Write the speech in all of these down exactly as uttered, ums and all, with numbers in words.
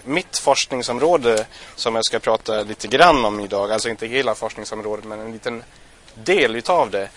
mitt forskningsområde som jag ska prata lite grann om idag, alltså inte hela forskningsområdet men en liten del utav det,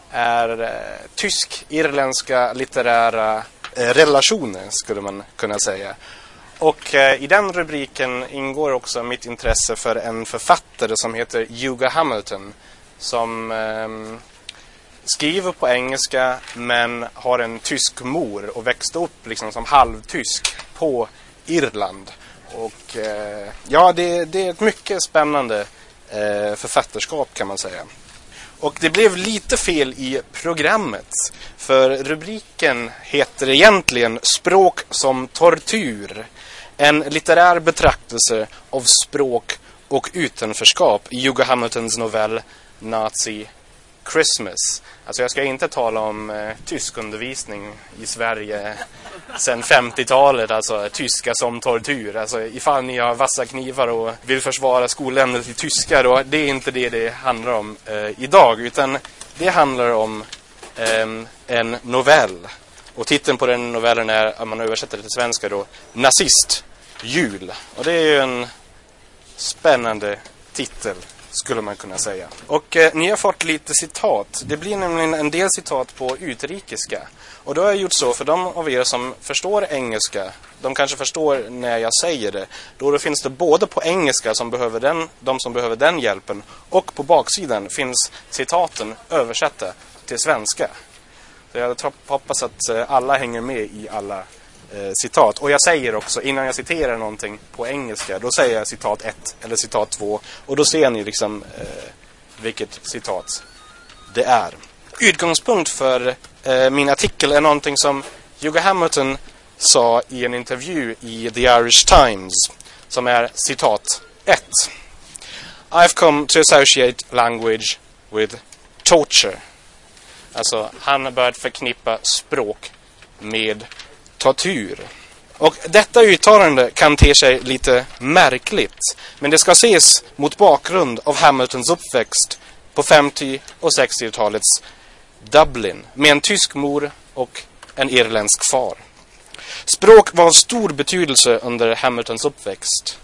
är eh, tysk-irländska litterära eh, relationer skulle man kunna säga. Och eh, i den rubriken ingår också mitt intresse för en författare som heter Hugo Hamilton som eh, skriver på engelska men har en tysk mor och växte upp liksom som halvtysk på Irland. Och eh, ja, det, det är ett mycket spännande eh, författarskap kan man säga. Och det blev lite fel i programmet, för rubriken heter egentligen Språk som tortyr. En litterär betraktelse av språk och utanförskap i Hugo Hamiltons novell Nazi Christmas. Alltså jag ska inte tala om eh, tyskundervisning i Sverige sedan femtiotalet, alltså tyska som tortyr. Alltså ifall ni har vassa knivar och vill försvara skolämnet till tyskar, då, det är inte det det handlar om eh, idag, utan det handlar om eh, en novell. Och titeln på den novellen är, om man översätter det till svenska då, Nazist jul. Och det är ju en spännande titel, skulle man kunna säga. Och eh, ni har fått lite citat. Det blir nämligen en del citat på utrikiska. Och då har jag gjort så för de av er som förstår engelska, de kanske förstår när jag säger det. Då, då finns det både på engelska som behöver den, de som behöver den hjälpen, och på baksidan finns citaten översatta till svenska. Så jag hoppas att eh, alla hänger med i alla eh, citat. Och jag säger också, innan jag citerar någonting på engelska, då säger jag citat ett eller citat två. Och då ser ni liksom eh, vilket citat det är. Utgångspunkt för eh, min artikel är någonting som Hugo Hamilton sa i en intervju i The Irish Times, som är citat ett. I've come to associate language with torture. Alltså, han har börjat förknippa språk med tortyr. Och detta uttalande kan te sig lite märkligt, men det ska ses mot bakgrund av Hamiltons uppväxt på femtio- och sextiotalets Dublin med en tysk mor och en irländsk far. Språk var av stor betydelse under Hamiltons uppväxt.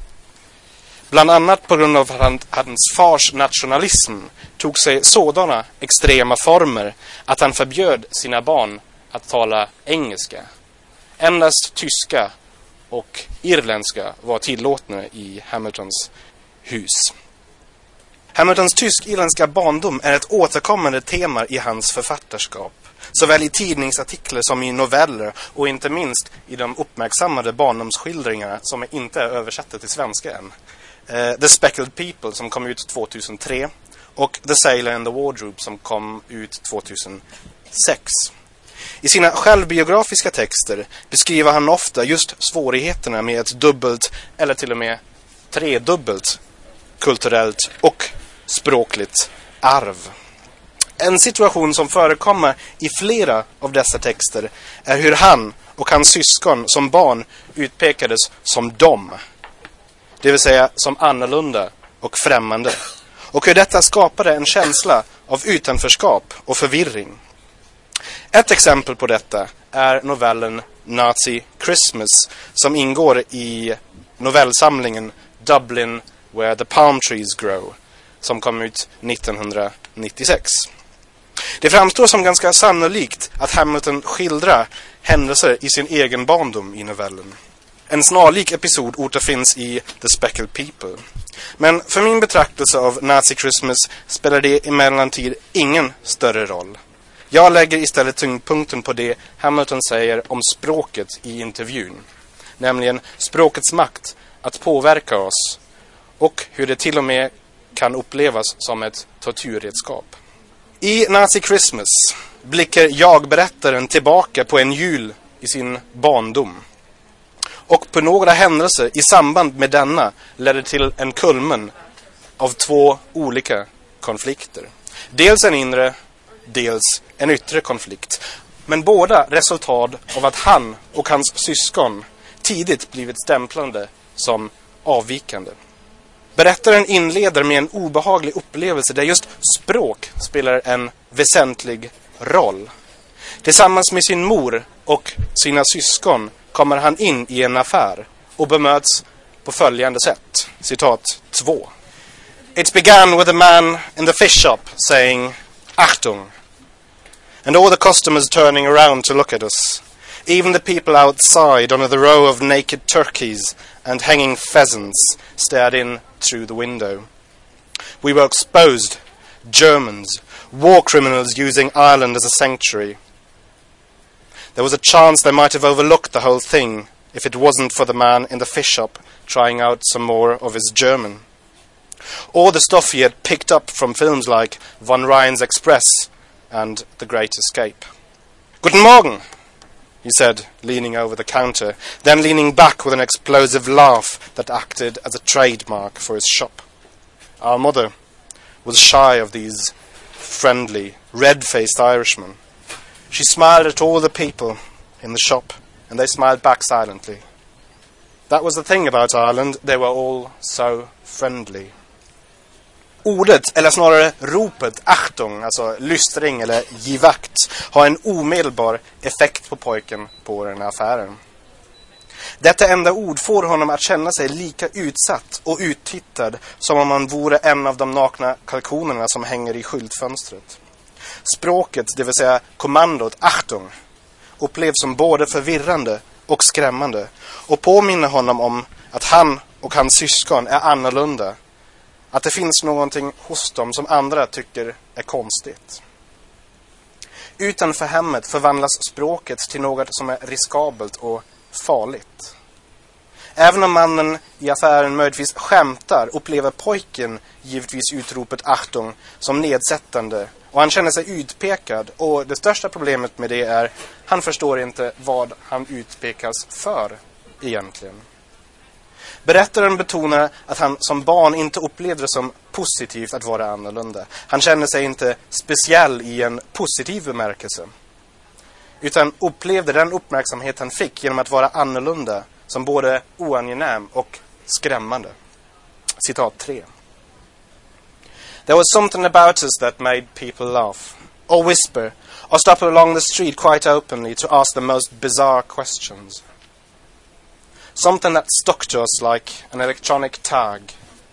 Bland annat på grund av att hans fars nationalism tog sig sådana extrema former att han förbjöd sina barn att tala engelska. Endast tyska och irländska var tillåtna i Hamiltons hus. Hamiltons tysk-irländska barndom är ett återkommande tema i hans författarskap, såväl i tidningsartiklar som i noveller och inte minst i de uppmärksammade barndomsskildringarna som inte är översatta till svenska än. Uh, The Speckled People som kom ut tjugohundratre och The Sailor and the Wardrobe som kom ut tjugohundrasex. I sina självbiografiska texter beskriver han ofta just svårigheterna med ett dubbelt eller till och med tredubbelt kulturellt och språkligt arv. En situation som förekommer i flera av dessa texter är hur han och hans syskon som barn utpekades som dom, det vill säga som annorlunda och främmande, och hur detta skapade en känsla av utanförskap och förvirring. Ett exempel på detta är novellen Nazi Christmas som ingår i novellsamlingen Dublin Where the Palm Trees Grow som kom ut nittonhundranittiosex. Det framstår som ganska sannolikt att Hamilton skildrar händelser i sin egen barndom i novellen. En snarlik episod återfinns i The Speckled People. Men för min betraktelse av Nazi Christmas spelar det emellanåt ingen större roll. Jag lägger istället tyngdpunkten på det Hamilton säger om språket i intervjun. Nämligen språkets makt att påverka oss och hur det till och med kan upplevas som ett tortyrredskap. I Nazi Christmas blickar jag-berättaren tillbaka på en jul i sin barndom. Och på några händelser i samband med denna ledde till en kulmen av två olika konflikter. Dels en inre, dels en yttre konflikt. Men båda resultat av att han och hans syskon tidigt blivit stämplande som avvikande. Berättaren inleder med en obehaglig upplevelse där just språk spelar en väsentlig roll. Tillsammans med sin mor och sina syskon kommer han in i en affär och bemöts på följande sätt. Citat två. It began with a man in the fish shop saying, Achtung, and all the customers turning around to look at us. Even the people outside under the row of naked turkeys and hanging pheasants stared in through the window. We were exposed, Germans, war criminals using Ireland as a sanctuary. There was a chance they might have overlooked the whole thing if it wasn't for the man in the fish shop trying out some more of his German. Or the stuff he had picked up from films like Von Ryan's Express and The Great Escape. Guten Morgen, he said, leaning over the counter, then leaning back with an explosive laugh that acted as a trademark for his shop. Our mother was shy of these friendly, red-faced Irishmen. She smiled at all the people in the shop, and they smiled back silently. That was the thing about Ireland, they were all so friendly. Ordet, eller snarare ropet, Achtung, alltså lystring eller givakt, har en omedelbar effekt på pojken på den här affären. Detta enda ord får honom att känna sig lika utsatt och uttittad som om han vore en av de nakna kalkonerna som hänger i skyltfönstret. Språket, det vill säga kommandot Achtung, upplevs som både förvirrande och skrämmande och påminner honom om att han och hans syskon är annorlunda. Att det finns någonting hos dem som andra tycker är konstigt. Utanför hemmet förvandlas språket till något som är riskabelt och farligt. Även om mannen i affären möjligtvis skämtar upplever pojken givetvis utropet Achtung som nedsättande och han känner sig utpekad och det största problemet med det är han förstår inte vad han utpekas för egentligen. Berättaren betonar att han som barn inte upplevde det som positivt att vara annorlunda. Han känner sig inte speciell i en positiv bemärkelse. Utan upplevde den uppmärksamhet han fick genom att vara annorlunda som både oangenäm och skrämmande. Citat tre. There was something about us that made people laugh, or whisper, or stop along the street quite openly to ask the most bizarre questions. Something that stuck to us like an electronic tag.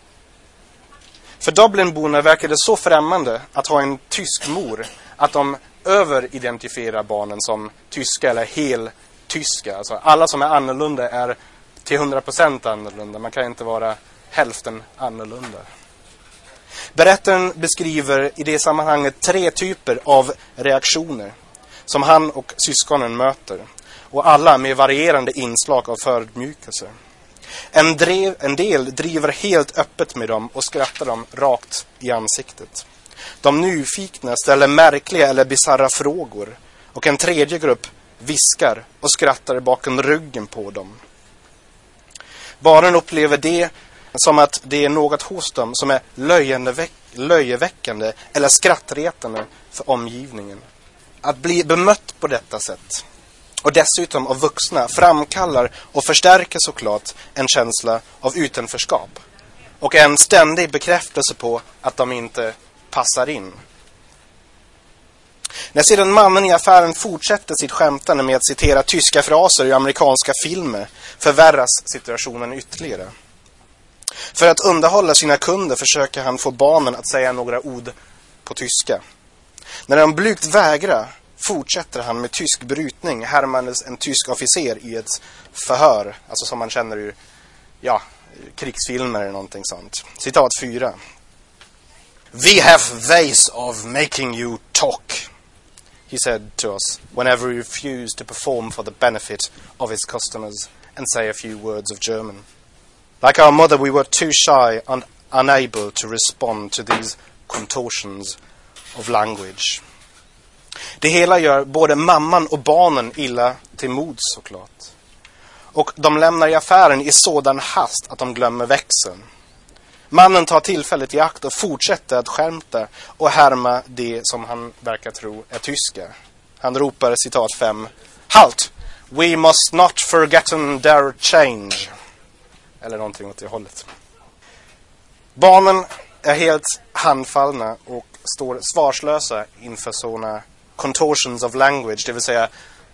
För Dublinborna verkar det så främmande att ha en tysk mor att de överidentifierar barnen som tyska eller hel tyska. Alltså alla som är annorlunda är till hundra procent annorlunda. Man kan inte vara hälften annorlunda. Berättaren beskriver i det sammanhanget tre typer av reaktioner som han och syskonen möter. Och alla med varierande inslag av förödmjukelse. En, drev, en del driver helt öppet med dem och skrattar dem rakt i ansiktet. De nyfikna ställer märkliga eller bizarra frågor. Och en tredje grupp viskar och skrattar bakom ryggen på dem. Barnen upplever det som att det är något hos dem som är löjeväckande eller skrattretande för omgivningen. Att bli bemött på detta sätt och dessutom av vuxna framkallar och förstärker såklart en känsla av utanförskap och en ständig bekräftelse på att de inte passar in. När sedan mannen i affären fortsätter sitt skämtande med att citera tyska fraser i amerikanska filmer förvärras situationen ytterligare. För att underhålla sina kunder försöker han få barnen att säga några ord på tyska. När de blygt vägrar fortsätter han med tysk brytning härmandes en tysk officer i ett förhör, alltså som man känner ur ja, krigsfilmer eller någonting sånt. Citat fyra. We have ways of making you talk, he said to us whenever he refused to perform for the benefit of his customers and say a few words of German. Like our mother, we were too shy and unable to respond to these contortions of language. Det hela gör både mamman och barnen illa till mods såklart. Och de lämnar i affären i sådan hast att de glömmer växeln. Mannen tar tillfället i akt och fortsätter att skämta och härma det som han verkar tro är tyska. Han ropar citat fem. Halt! We must not forgotten their change. Eller någonting åt det hållet. Barnen är helt handfallna och står svarslösa inför sådana contortions of language, det vill säga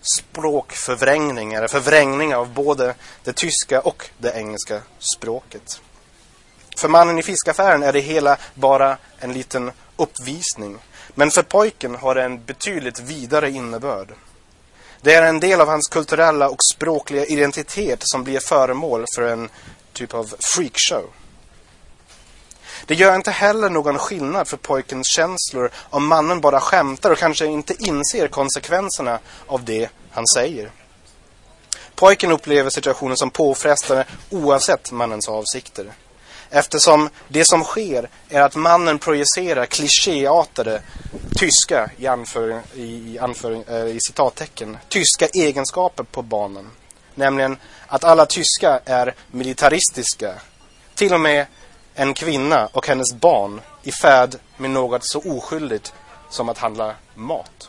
språkförvrängning eller förvrängning av både det tyska och det engelska språket. För mannen i fiskaffären är det hela bara en liten uppvisning. Men för pojken har det en betydligt vidare innebörd. Det är en del av hans kulturella och språkliga identitet som blir föremål för en typ av freakshow. Det gör inte heller någon skillnad för pojkens känslor om mannen bara skämtar och kanske inte inser konsekvenserna av det han säger. Pojken upplever situationen som påfrestande oavsett mannens avsikter. Eftersom det som sker är att mannen projicerar klichéartade tyska i, anför, i, anför, äh, i citattecken, tyska egenskaper på barnen. Nämligen att alla tyska är militaristiska. Till och med en kvinna och hennes barn i färd med något så oskyldigt som att handla mat.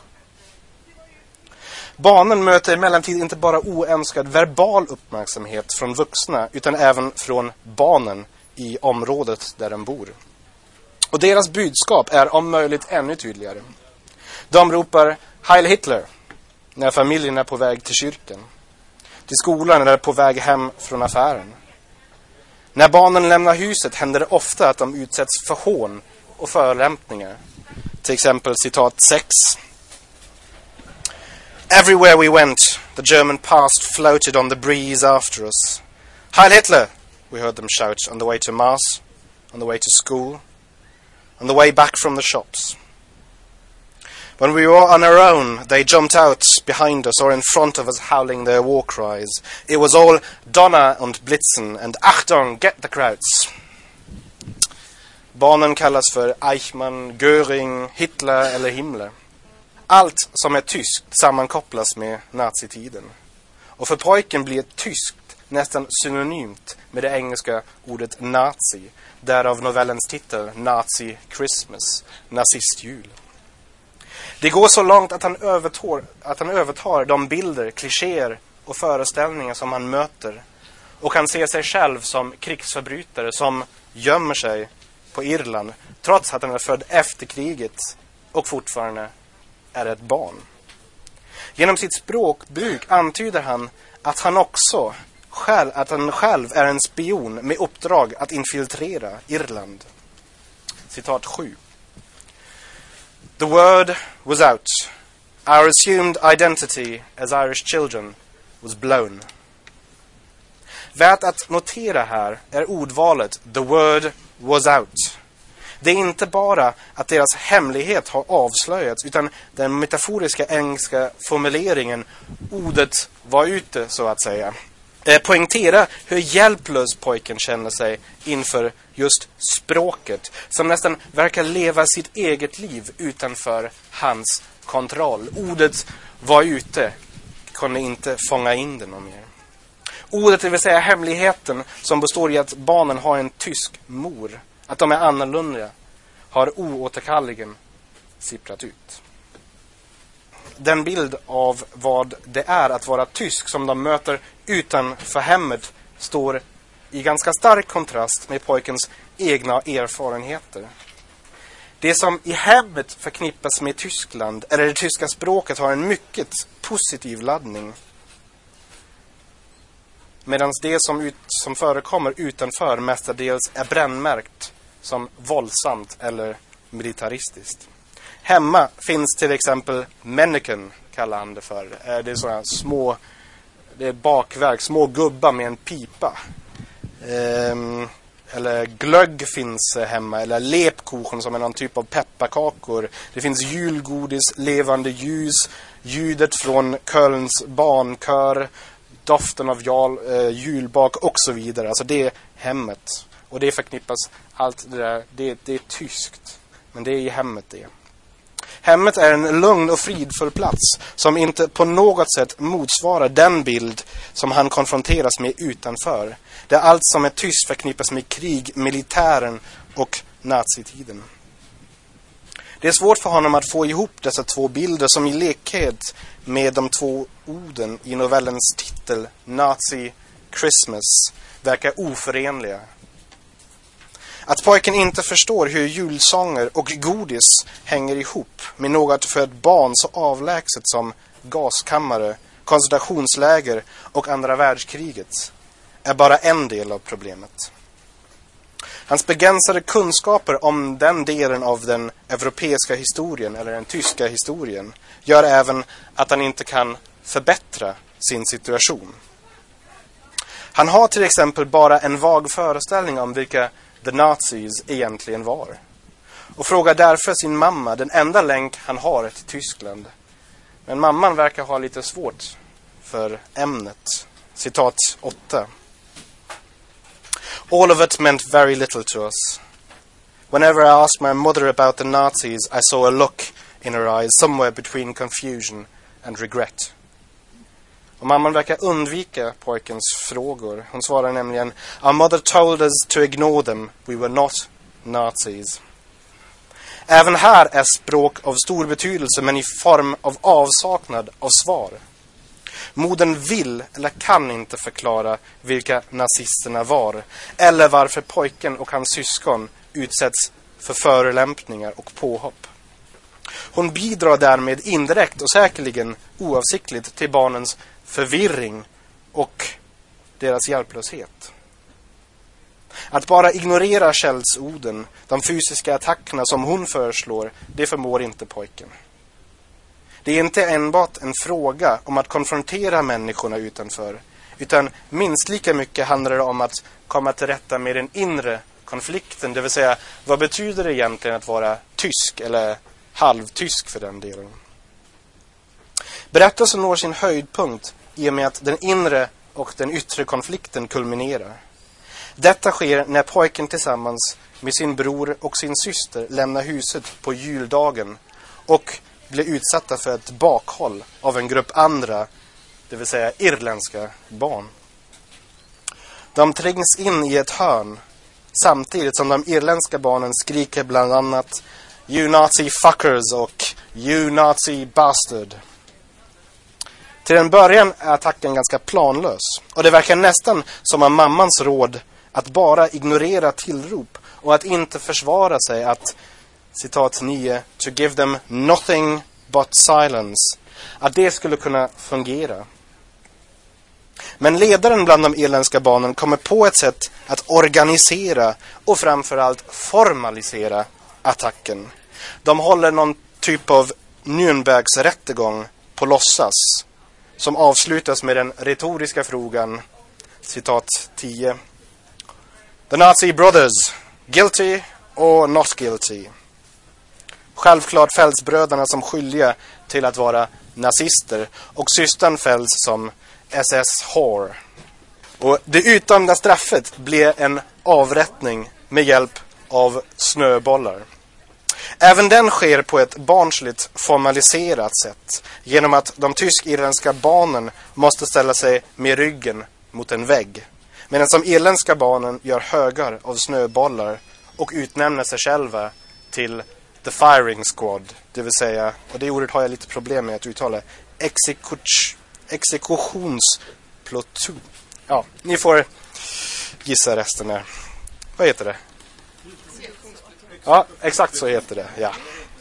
Barnen möter emellertid inte bara oönskad verbal uppmärksamhet från vuxna utan även från barnen i området där de bor. Och deras budskap är om möjligt ännu tydligare. De ropar Heil Hitler när familjen är på väg till kyrkan, till skolan eller på väg hem från affären. När barnen lämnar huset händer det ofta att de utsätts för hån och förolämpningar. Till exempel citat sex. Everywhere we went, the German past floated on the breeze after us. Heil Hitler, we heard them shout on the way to mass, on the way to school, on the way back from the shops. When we were on our own, they jumped out behind us or in front of us howling their war cries. It was all Donner und Blitzen and Achtung, get the crowds. Barnen kallas för Eichmann, Göring, Hitler eller Himmler. Allt som är tyskt sammankopplas med nazitiden. Och för pojken blir tyskt nästan synonymt med det engelska ordet nazi. Därav novellens titel Nazi Christmas, nazistjul. Det går så långt att han övertar, att han övertar de bilder, klichéer och föreställningar som han möter. Och han ser sig själv som krigsförbrytare som gömmer sig på Irland trots att han är född efter kriget och fortfarande är ett barn. Genom sitt språkbruk antyder han att han också själv, att han själv är en spion med uppdrag att infiltrera Irland. Citat sju. The word was out. Our assumed identity as Irish children was blown. Värt att notera här är ordvalet the word was out. Det är inte bara att deras hemlighet har avslöjats utan den metaforiska engelska formuleringen ordet var ute så att säga. Eh, poängtera hur hjälplös pojken känner sig inför just språket som nästan verkar leva sitt eget liv utanför hans kontroll. Ordet var ute kunde inte fånga in det någon mer. Ordet, det vill säga hemligheten som består i att barnen har en tysk mor, att de är annorlunda, har oåterkalleligen sipprat ut. Den bild av vad det är att vara tysk som de möter utanför hemmet står i ganska stark kontrast med pojkens egna erfarenheter. Det som i hemmet förknippas med Tyskland eller det tyska språket har en mycket positiv laddning. Medan det som, ut, som förekommer utanför mestadels är brännmärkt som våldsamt eller militaristiskt. Hemma finns till exempel Männiken, kallar han det för. Det är sådana små, det är bakverk, små gubbar med en pipa. Ehm, eller glögg finns hemma, eller lepkuchen som är någon typ av pepparkakor. Det finns julgodis, levande ljus, ljudet från Kölns barnkör, doften av jul, eh, julbak och så vidare. Alltså det är hemmet. Och det förknippas allt det där. Det, det är tyskt. Men det är i hemmet det. Hemmet är en lugn och fridfull plats som inte på något sätt motsvarar den bild som han konfronteras med utanför. Där allt som är tyst förknippas med krig, militären och nazitiden. Det är svårt för honom att få ihop dessa två bilder som i lekhet med de två orden i novellens titel Nazi Christmas verkar oförenliga. Att pojken inte förstår hur julsånger och godis hänger ihop med något för ett barn så avlägset som gaskammare koncentrationsläger och andra världskriget är bara en del av problemet. Hans begränsade kunskaper om den delen av den europeiska historien eller den tyska historien gör även att han inte kan förbättra sin situation. Han har till exempel bara en vag föreställning om vilka the Nazis egentligen var och frågar därför sin mamma den enda länk han har till Tyskland. Men mamman verkar ha lite svårt för ämnet. Citat åtta. All of it meant very little to us. Whenever I asked my mother about the Nazis, I saw a look in her eyes somewhere between confusion and regret. Och mamman verkar undvika pojkens frågor. Hon svarar nämligen: Our mother told us to ignore them. We were not Nazis. Även här är språk av stor betydelse, men i form av avsaknad av svar. Modern vill eller kan inte förklara vilka nazisterna var eller varför pojken och hans syskon utsätts för förolämpningar och påhopp. Hon bidrar därmed indirekt och säkerligen oavsiktligt till barnens förvirring och deras hjälplöshet. Att bara ignorera skällsorden, de fysiska attackerna som hon föreslår, det förmår inte pojken. Det är inte enbart en fråga om att konfrontera människorna utanför, utan minst lika mycket handlar det om att komma till rätta med den inre konflikten, det vill säga vad betyder det egentligen att vara tysk eller halvtysk för den delen. Berättelsen når sin höjdpunkt i och med att den inre och den yttre konflikten kulminerar. Detta sker när pojken tillsammans med sin bror och sin syster lämnar huset på juldagen och blir utsatta för ett bakhåll av en grupp andra, det vill säga irländska barn. De trängs in i ett hörn samtidigt som de irländska barnen skriker bland annat You Nazi fuckers och You Nazi bastard. Till en början är attacken ganska planlös och det verkar nästan som om mammans råd att bara ignorera tillrop och att inte försvara sig att, citat nio, to give them nothing but silence, att det skulle kunna fungera. Men ledaren bland de irländska barnen kommer på ett sätt att organisera och framförallt formalisera attacken. De håller någon typ av Nürnbergs rättegång på låtsas som avslutas med den retoriska frågan, citat tio. The Nazi brothers, guilty or not guilty? Självklart fälls bröderna som skyldiga till att vara nazister och systern fälls som S S-whore. Och det utdömda straffet blev en avrättning med hjälp av snöbollar. Även den sker på ett barnsligt formaliserat sätt genom att de tysk-irländska barnen måste ställa sig med ryggen mot en vägg, medan de irländska barnen gör högar av snöbollar och utnämner sig själva till the firing squad, det vill säga, och det ordet har jag lite problem med att uttala, exekuch, exekutionsplatoon. Ja, ni får gissa resten här. Vad heter det? Ja, exakt så heter det, ja.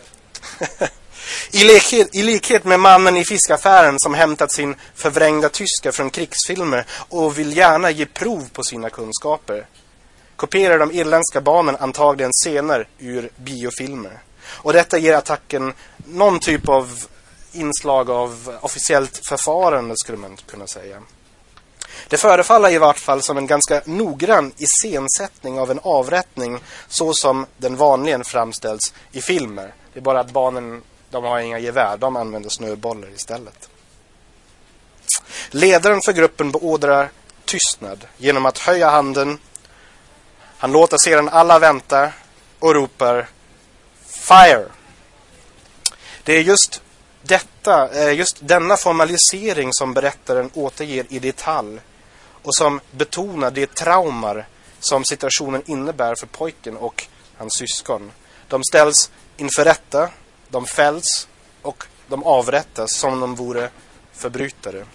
I likhet, I likhet med mannen i fiskaffären som hämtat sin förvrängda tyska från krigsfilmer och vill gärna ge prov på sina kunskaper, kopierar de irländska barnen antagligen scener ur biofilmer. Och detta ger attacken någon typ av inslag av officiellt förfarande, skulle man kunna säga. Det förefaller i vart fall som en ganska noggrann iscensättning av en avrättning så som den vanligen framställs i filmer. Det är bara att barnen, de har inga gevär, de använder snöbollar istället. Ledaren för gruppen beordrar tystnad genom att höja handen. Han låter sedan alla vänta och ropar Fire! Det är just detta, just denna formalisering som berättaren återger i detalj och som betonar de traumar som situationen innebär för pojken och hans syskon. De ställs inför rätta, de fälls och de avrättas som de vore förbrytare.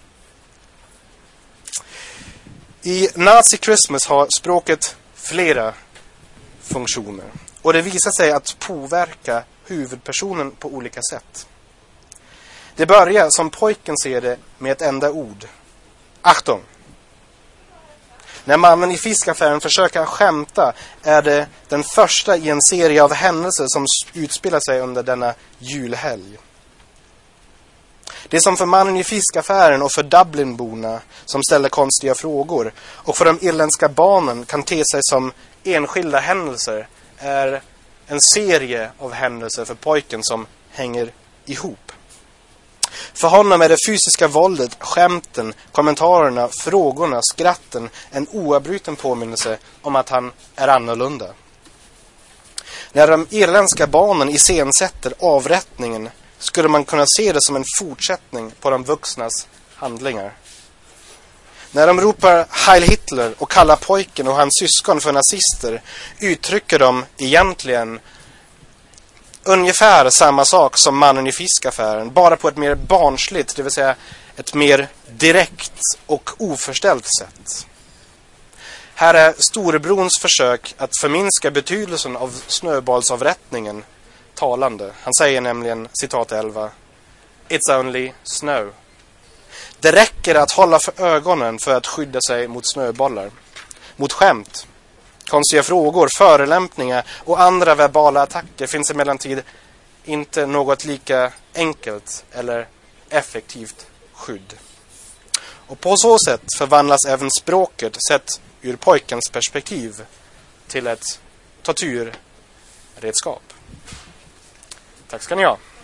I Nazi Christmas har språket flera funktioner och det visar sig att påverka huvudpersonen på olika sätt. Det börjar, som pojken ser det, med ett enda ord. Achtung! När mannen i fiskaffären försöker skämta är det den första i en serie av händelser som utspelar sig under denna julhelg. Det är som för mannen i fiskaffären och för Dublinborna som ställer konstiga frågor och för de irländska barnen kan te sig som enskilda händelser är en serie av händelser för pojken som hänger ihop. För honom är det fysiska våldet, skämten, kommentarerna, frågorna, skratten en oavbruten påminnelse om att han är annorlunda. När de irländska barnen iscensätter avrättningen skulle man kunna se det som en fortsättning på de vuxnas handlingar. När de ropar Heil Hitler och kallar pojken och hans syskon för nazister uttrycker de egentligen ungefär samma sak som mannen i fiskaffären, bara på ett mer barnsligt, det vill säga ett mer direkt och oförställt sätt. Här är storebrons försök att förminska betydelsen av snöbollsavrättningen talande. Han säger nämligen, citat elva, It's only snow. Det räcker att hålla för ögonen för att skydda sig mot snöbollar, mot skämt. Konstiga frågor, förelämpningar och andra verbala attacker finns emellertid inte något lika enkelt eller effektivt skydd. Och på så sätt förvandlas även språket sett ur pojkens perspektiv till ett tortyrredskap. Tack ska ni ha.